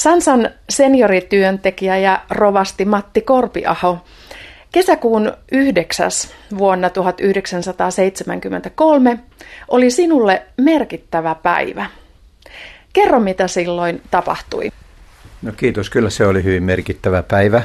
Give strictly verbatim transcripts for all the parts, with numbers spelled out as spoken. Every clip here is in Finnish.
Sansan seniorityöntekijä ja rovasti Matti Korpiaho. Kesäkuun yhdeksäs vuonna tuhatyhdeksänsataaseitsemänkymmentäkolme oli sinulle merkittävä päivä. Kerro, mitä silloin tapahtui. No kiitos, kyllä se oli hyvin merkittävä päivä.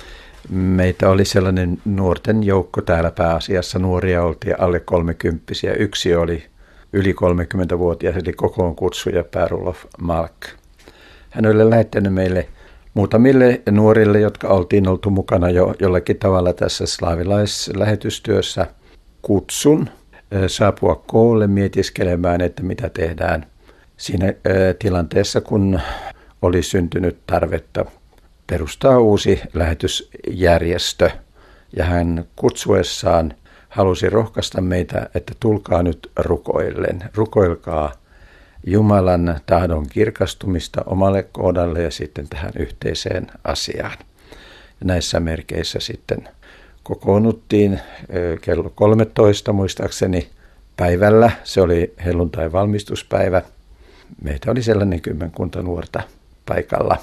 Meitä oli sellainen nuorten joukko täällä pääasiassa. Nuoria oltiin alle kolmekymppisiä. Yksi oli yli kolmekymmentävuotias, eli kokoon kutsuja Per-Olof Malk. Hän oli lähettänyt meille muutamille nuorille, jotka oltiin oltu mukana jo jollakin tavalla tässä slaavilaislähetystyössä, kutsun saapua koolle mietiskelemään, että mitä tehdään siinä tilanteessa, kun oli syntynyt tarvetta perustaa uusi lähetysjärjestö. Ja hän kutsuessaan halusi rohkaista meitä, että tulkaa nyt rukoillen, rukoilkaa Jumalan tahdon kirkastumista omalle kohdalle ja sitten tähän yhteiseen asiaan. Ja näissä merkeissä sitten kokoonnuttiin kello kolmetoista muistaakseni päivällä. Se oli helluntain valmistuspäivä. Meitä oli sellainen kymmenkunta nuorta paikalla.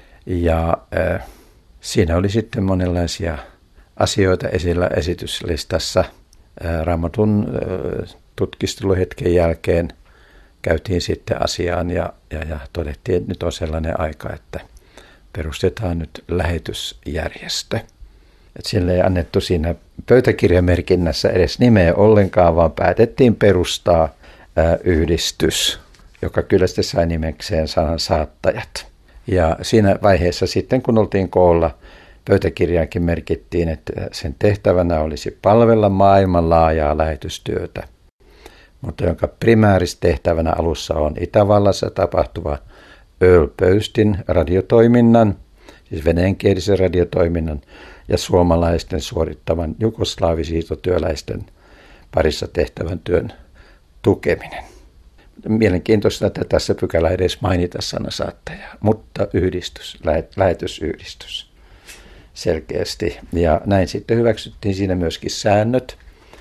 Ja äh, siinä oli sitten monenlaisia asioita esillä esityslistassa. Äh, Raamatun äh, tutkisteluhetken jälkeen käytiin sitten asiaan ja, ja, ja todettiin, että nyt on sellainen aika, että perustetaan nyt lähetysjärjestö. Että sille ei annettu siinä pöytäkirjamerkinnässä edes nimeä ollenkaan, vaan päätettiin perustaa ää, yhdistys, joka kyllä sitten sai nimekseen sanan saattajat. Ja siinä vaiheessa sitten, kun oltiin koolla, pöytäkirjaankin merkittiin, että sen tehtävänä olisi palvella maailmanlaajaa lähetystyötä, mutta jonka primääristehtävänä alussa on Itävallassa tapahtuva Ölpöystin radiotoiminnan, siis venäjänkielisen radiotoiminnan ja suomalaisten suorittavan jugoslaavisiirtotyöläisten parissa tehtävän työn tukeminen. Mielenkiintoista, että tässä pykälä edes mainita sana saattaja, mutta yhdistys, lähetysyhdistys selkeästi. Ja näin sitten hyväksyttiin siinä myöskin säännöt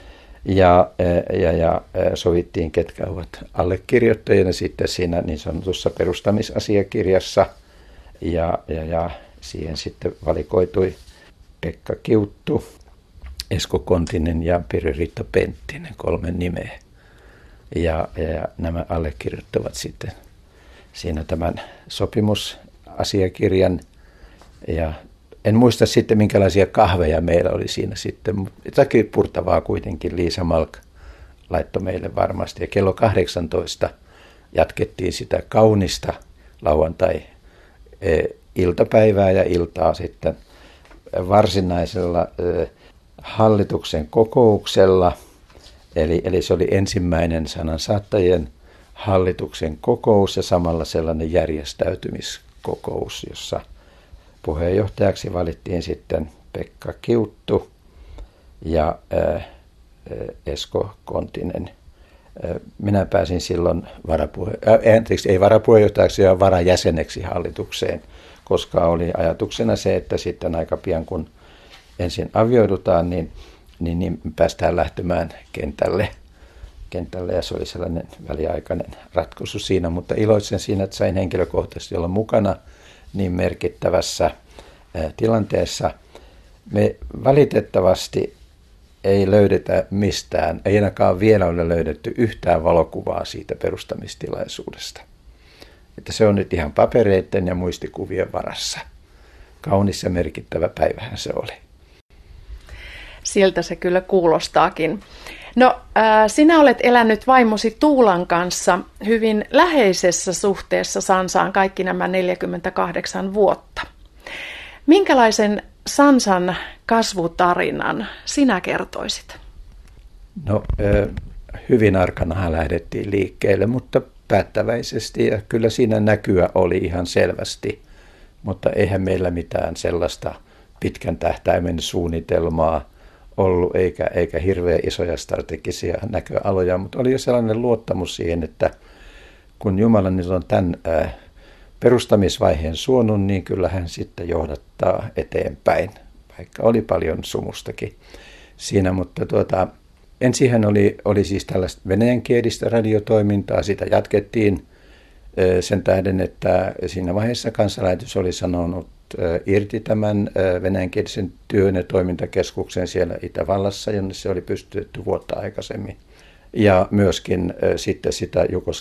ja, ja, ja sovittiin, ketkä ovat allekirjoittajina sitten siinä niin sanotussa perustamisasiakirjassa. Ja, ja, ja siihen sitten valikoitui Pekka Kiuttu, Esko Kontinen ja Piri-Riitta Penttinen, kolme nimeä. Ja, ja nämä allekirjoittavat sitten siinä tämän sopimusasiakirjan. Ja en muista sitten, minkälaisia kahveja meillä oli siinä sitten, mutta jotakin purtavaa kuitenkin Liisa Malk laittoi meille varmasti. Ja kello kahdeksantoista jatkettiin sitä kaunista lauantai-iltapäivää ja iltaa sitten varsinaisella hallituksen kokouksella. Eli, eli se oli ensimmäinen sanansaattajien hallituksen kokous ja samalla sellainen järjestäytymiskokous, jossa puheenjohtajaksi valittiin sitten Pekka Kiuttu ja ää, Esko Kontinen. Minä pääsin silloin varapuhe- ää, ei varapuheenjohtajaksi, vaan varajäseneksi hallitukseen, koska oli ajatuksena se, että sitten aika pian kun ensin avioidutaan, niin Niin, niin päästään lähtemään kentälle, kentälle ja se oli sellainen väliaikainen ratkaisu siinä, mutta iloitsen siinä, että sain henkilökohtaisesti olla mukana niin merkittävässä ää, tilanteessa. Me valitettavasti ei löydetä mistään, ei ainakaan vielä ole löydetty yhtään valokuvaa siitä perustamistilaisuudesta. Että se on nyt ihan papereiden ja muistikuvien varassa. Kaunis ja merkittävä päivähän se oli. Siltä se kyllä kuulostaakin. No, äh, sinä olet elänyt vaimosi Tuulan kanssa hyvin läheisessä suhteessa Sansaan kaikki nämä neljäkymmentäkahdeksan vuotta. Minkälaisen Sansan kasvutarinan sinä kertoisit? No, äh, hyvin arkanahan lähdettiin liikkeelle, mutta päättäväisesti ja kyllä siinä näkyä oli ihan selvästi, mutta eihän meillä mitään sellaista pitkän tähtäimen suunnitelmaa ollut, eikä, eikä hirveän isoja strategisia näköaloja, mutta oli jo sellainen luottamus siihen, että kun Jumala nyt on tämän ää, perustamisvaiheen suonut, niin kyllä hän sitten johdattaa eteenpäin, vaikka oli paljon sumustakin siinä, mutta tuota, ensin oli, oli siis tällaista venäjänkielistä radiotoimintaa, sitä jatkettiin sen tähden, että siinä vaiheessa kansanlähetys oli sanonut irti tämän venäjänkielisen työn ja toimintakeskuksen siellä Itävallassa, jonne se oli pystytetty vuotta aikaisemmin. Ja myöskin sitten sitä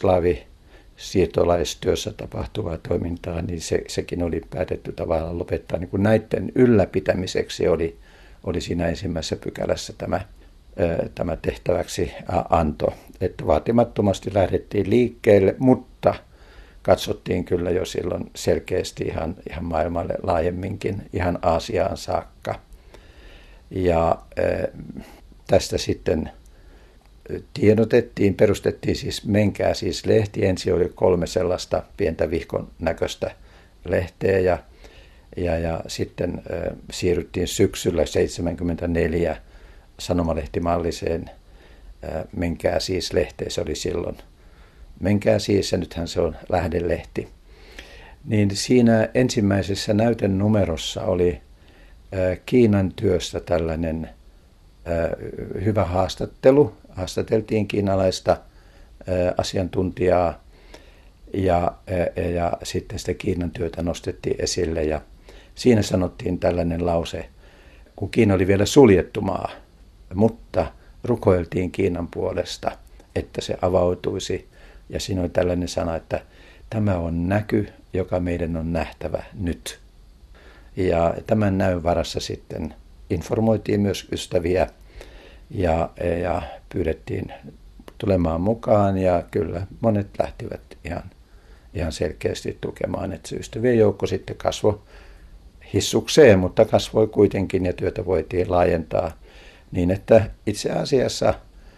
jugoslavi-siirtolaistyössä tapahtuvaa toimintaa, niin se, sekin oli päätetty tavallaan lopettaa. Niin kuin näiden ylläpitämiseksi oli, oli siinä ensimmäisessä pykälässä tämä, tämä tehtäväksi anto. Että vaatimattomasti lähdettiin liikkeelle, mutta katsottiin kyllä jo silloin selkeästi ihan, ihan maailmalle laajemminkin, ihan Aasiaan saakka. Ja äh, tästä sitten tiedotettiin, perustettiin siis Menkää siis lehti. Ensin oli kolme sellaista pientä vihkon näköistä lehteä ja, ja, ja sitten äh, siirryttiin syksyllä seitsemänkymmentäneljä sanomalehtimalliseen äh, Menkää siis lehteen. Se oli silloin Menkää siis, ja nythän se on lähdelehti. Niin siinä ensimmäisessä näytenumerossa oli äh, Kiinan työstä tällainen äh, hyvä haastattelu. Haastateltiin kiinalaista äh, asiantuntijaa ja, äh, ja sitten sitä Kiinan työtä nostettiin esille. Ja siinä sanottiin tällainen lause, kun Kiina oli vielä suljettu maa, mutta rukoiltiin Kiinan puolesta, että se avautuisi. Ja siinä oli tällainen sana, että tämä on näky, joka meidän on nähtävä nyt. Ja tämän näyn varassa sitten informoitiin myös ystäviä ja, ja pyydettiin tulemaan mukaan. Ja kyllä monet lähtivät ihan, ihan selkeästi tukemaan, että se ystävien joukko sitten kasvoi hissukseen, mutta kasvoi kuitenkin ja työtä voitiin laajentaa niin, että itse asiassa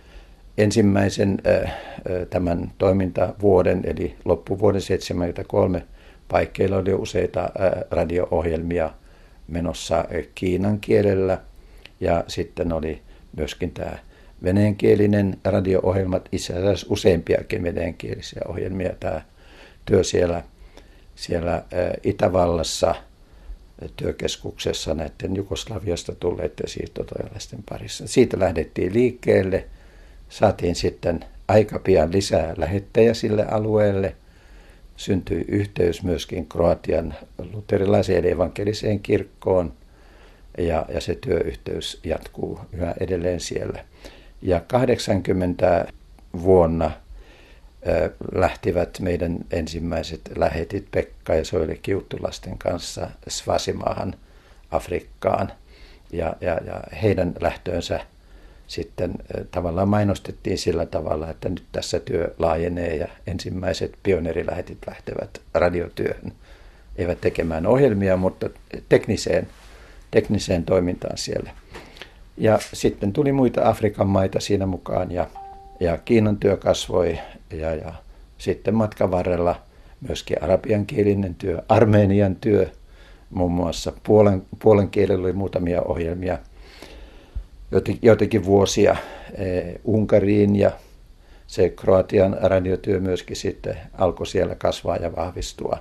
ensimmäisen äh, tämän toimintavuoden, eli loppuvuoden seitsemänkymmentäkolme paikkeilla oli useita äh, radio-ohjelmia menossa kiinan kielellä. Ja sitten oli myöskin tämä venäjänkielinen radio-ohjelmat, itse asiassa useampiakin venäjänkielisiä ohjelmia. Tämä työ siellä, siellä äh, Itävallassa työkeskuksessa näiden Jugoslaviasta tulleiden siirtotyöläisten parissa. Siitä lähdettiin liikkeelle. Saatiin sitten aika pian lisää lähettäjä sille alueelle. Syntyi yhteys myöskin Kroatian luterilaiseen eli evankeliseen kirkkoon. Ja, ja se työyhteys jatkuu yhä edelleen siellä. Ja kahdeksankymmentä vuonna äh, lähtivät meidän ensimmäiset lähetit Pekka ja Soili Kiuttulasten kanssa Svasimaahan, Afrikkaan. Ja, ja, ja heidän lähtöönsä sitten tavallaan mainostettiin sillä tavalla, että nyt tässä työ laajenee ja ensimmäiset pioneerilähetit lähtevät radiotyöhön. Eivät tekemään ohjelmia, mutta tekniseen, tekniseen toimintaan siellä. Ja sitten tuli muita Afrikan maita siinä mukaan ja, ja Kiinan työ kasvoi ja, ja sitten matkan varrella myöskin arabiankielinen työ, Armenian työ, muun muassa puolen, puolen kielellä oli muutamia ohjelmia joitakin vuosia Unkariin ja se Kroatian radiotyö myöskin sitten alkoi siellä kasvaa ja vahvistua.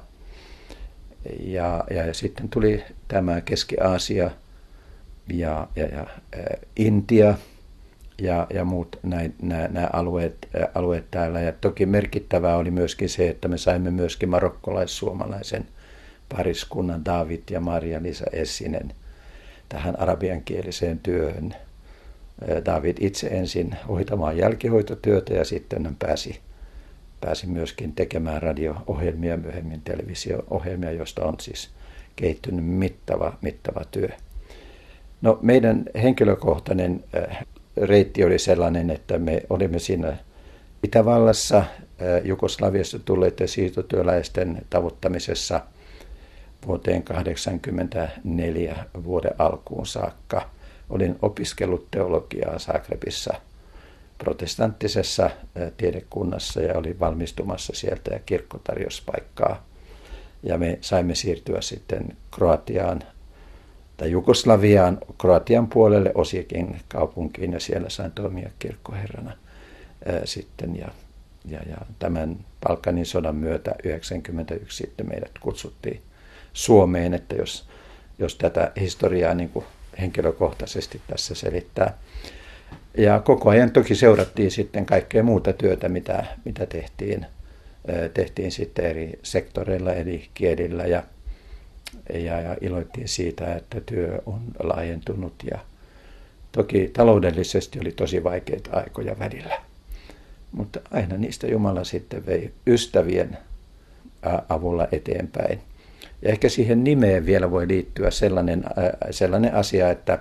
Ja, ja sitten tuli tämä Keski-Aasia ja, ja, ja Intia ja, ja muut näin, nämä, nämä alueet, alueet täällä. Ja toki merkittävää oli myöskin se, että me saimme myöskin marokkolais-suomalaisen pariskunnan David ja Maria-Liisa Essinen tähän arabiankieliseen työhön. David itse ensin hoitamaan jälkihoitotyötä ja sitten hän pääsi, pääsi myöskin tekemään radio-ohjelmia, myöhemmin televisio-ohjelmia, joista on siis kehittynyt mittava, mittava työ. No, meidän henkilökohtainen reitti oli sellainen, että me olimme siinä Itävallassa Jugoslaviasta tulleiden siirtotyöläisten tavoittamisessa vuoteen kahdeksankymmentäneljä vuoden alkuun saakka. Olin opiskellut teologiaa Zagrebissa protestanttisessa tiedekunnassa ja olin valmistumassa sieltä ja kirkko tarjosi paikkaa. Ja me saimme siirtyä sitten Kroatiaan tai Jugoslaviaan, Kroatian puolelle Osijekin kaupunkiin ja siellä sain toimia kirkkoherrana ää, sitten. Ja, ja, ja tämän Balkanin sodan myötä yhdeksänkymmentäyksi sitten meidät kutsuttiin Suomeen, että jos, jos tätä historiaa niin kuin henkilökohtaisesti tässä selittää. Ja koko ajan toki seurattiin sitten kaikkea muuta työtä, mitä, mitä tehtiin tehtiin sitten eri sektoreilla, eri kielillä ja, ja, ja iloittiin siitä, että työ on laajentunut ja toki taloudellisesti oli tosi vaikeita aikoja välillä, mutta aina niistä Jumala sitten vei ystävien avulla eteenpäin. Ja ehkä siihen nimeen vielä voi liittyä sellainen, sellainen asia, että,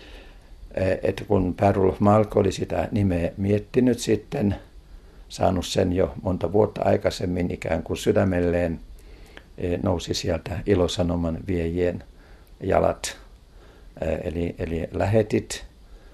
että kun Per Olof Malk oli sitä nimeä miettinyt sitten, saanut sen jo monta vuotta aikaisemmin ikään kuin sydämelleen, nousi sieltä Ilosanoman viejien jalat, eli, eli lähetit,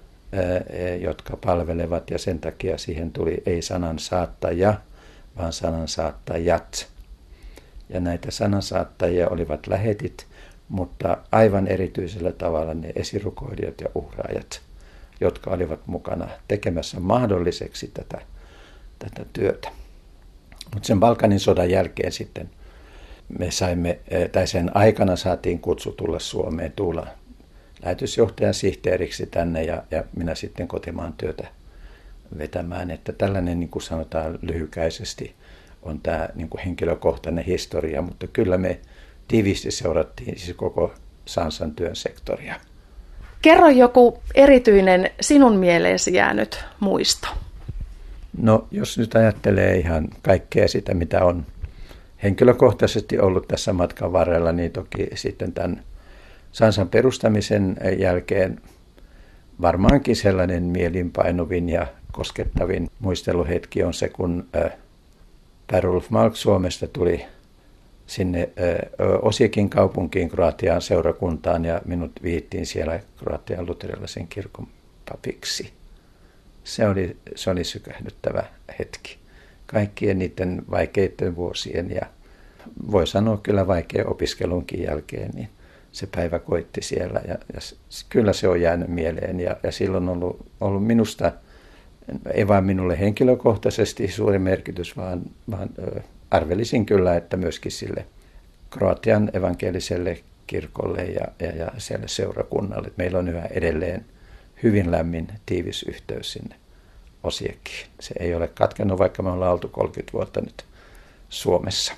jotka palvelevat, ja sen takia siihen tuli ei sanan saattaja, vaan sanan saattajat. Ja näitä sanansaattajia olivat lähetit, mutta aivan erityisellä tavalla ne esirukoilijat ja uhraajat, jotka olivat mukana tekemässä mahdolliseksi tätä, tätä työtä. Mutta sen Balkanin sodan jälkeen sitten me saimme, tai sen aikana saatiin kutsu tulla Suomeen, tulla lähetysjohtajan sihteeriksi tänne ja, ja minä sitten kotimaan työtä vetämään. Että tällainen, niin kuin sanotaan lyhykäisesti, on tämä niin kuin henkilökohtainen historia, mutta kyllä me tiiviisti seurattiin siis koko Sansan työn sektoria. Kerro joku erityinen sinun mieleesi jäänyt muisto. No jos nyt ajattelee ihan kaikkea sitä, mitä on henkilökohtaisesti ollut tässä matkan varrella, niin toki sitten tämän Sansan perustamisen jälkeen varmaankin sellainen mielinpainuvin ja koskettavin muisteluhetki on se, kun Per Olof Malk Suomesta tuli sinne Osijekin kaupunkiin Kroatian seurakuntaan ja minut viittiin siellä Kroatian luterilaisen kirkon papiksi. Se oli, se oli sykähdyttävä hetki. Kaikkien niiden vaikeiden vuosien ja voi sanoa kyllä vaikean opiskelunkin jälkeen, niin se päivä koitti siellä ja, ja kyllä se on jäänyt mieleen ja, ja silloin on ollut, ollut minusta, ei vain minulle henkilökohtaisesti suuri merkitys, vaan, vaan ö, arvelisin kyllä, että myöskin sille Kroatian evankeliselle kirkolle ja, ja, ja siellä seurakunnalle. Meillä on yhä edelleen hyvin lämmin tiivis yhteys sinne Osijekiin. Se ei ole katkennut, vaikka me ollaan oltu kolmekymmentä vuotta nyt Suomessa.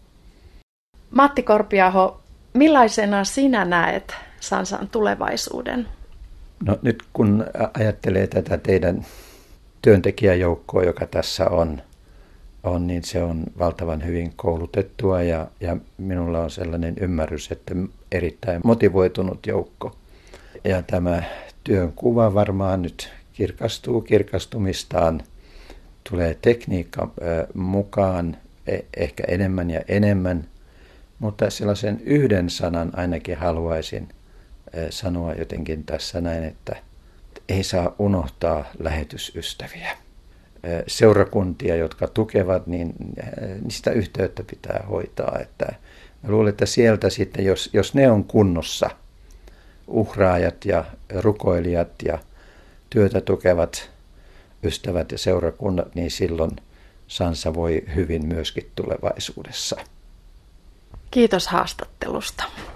Matti Korpiaho, millaisena sinä näet Sansan tulevaisuuden? No nyt kun ajattelee tätä teidän työntekijäjoukkoa, joka tässä on, on niin se on valtavan hyvin koulutettua ja, ja minulla on sellainen ymmärrys, että erittäin motivoitunut joukko. Ja tämä työn kuva varmaan nyt kirkastuu kirkastumistaan, tulee tekniikka mukaan ehkä enemmän ja enemmän, mutta sellaisen yhden sanan ainakin haluaisin sanoa jotenkin tässä näin, että ei saa unohtaa lähetysystäviä. Seurakuntia, jotka tukevat, niin sitä yhteyttä pitää hoitaa. Että mä luulen, että sieltä sitten, jos, jos ne on kunnossa, uhraajat ja rukoilijat ja työtä tukevat ystävät ja seurakunnat, niin silloin Sansa voi hyvin myöskin tulevaisuudessa. Kiitos haastattelusta.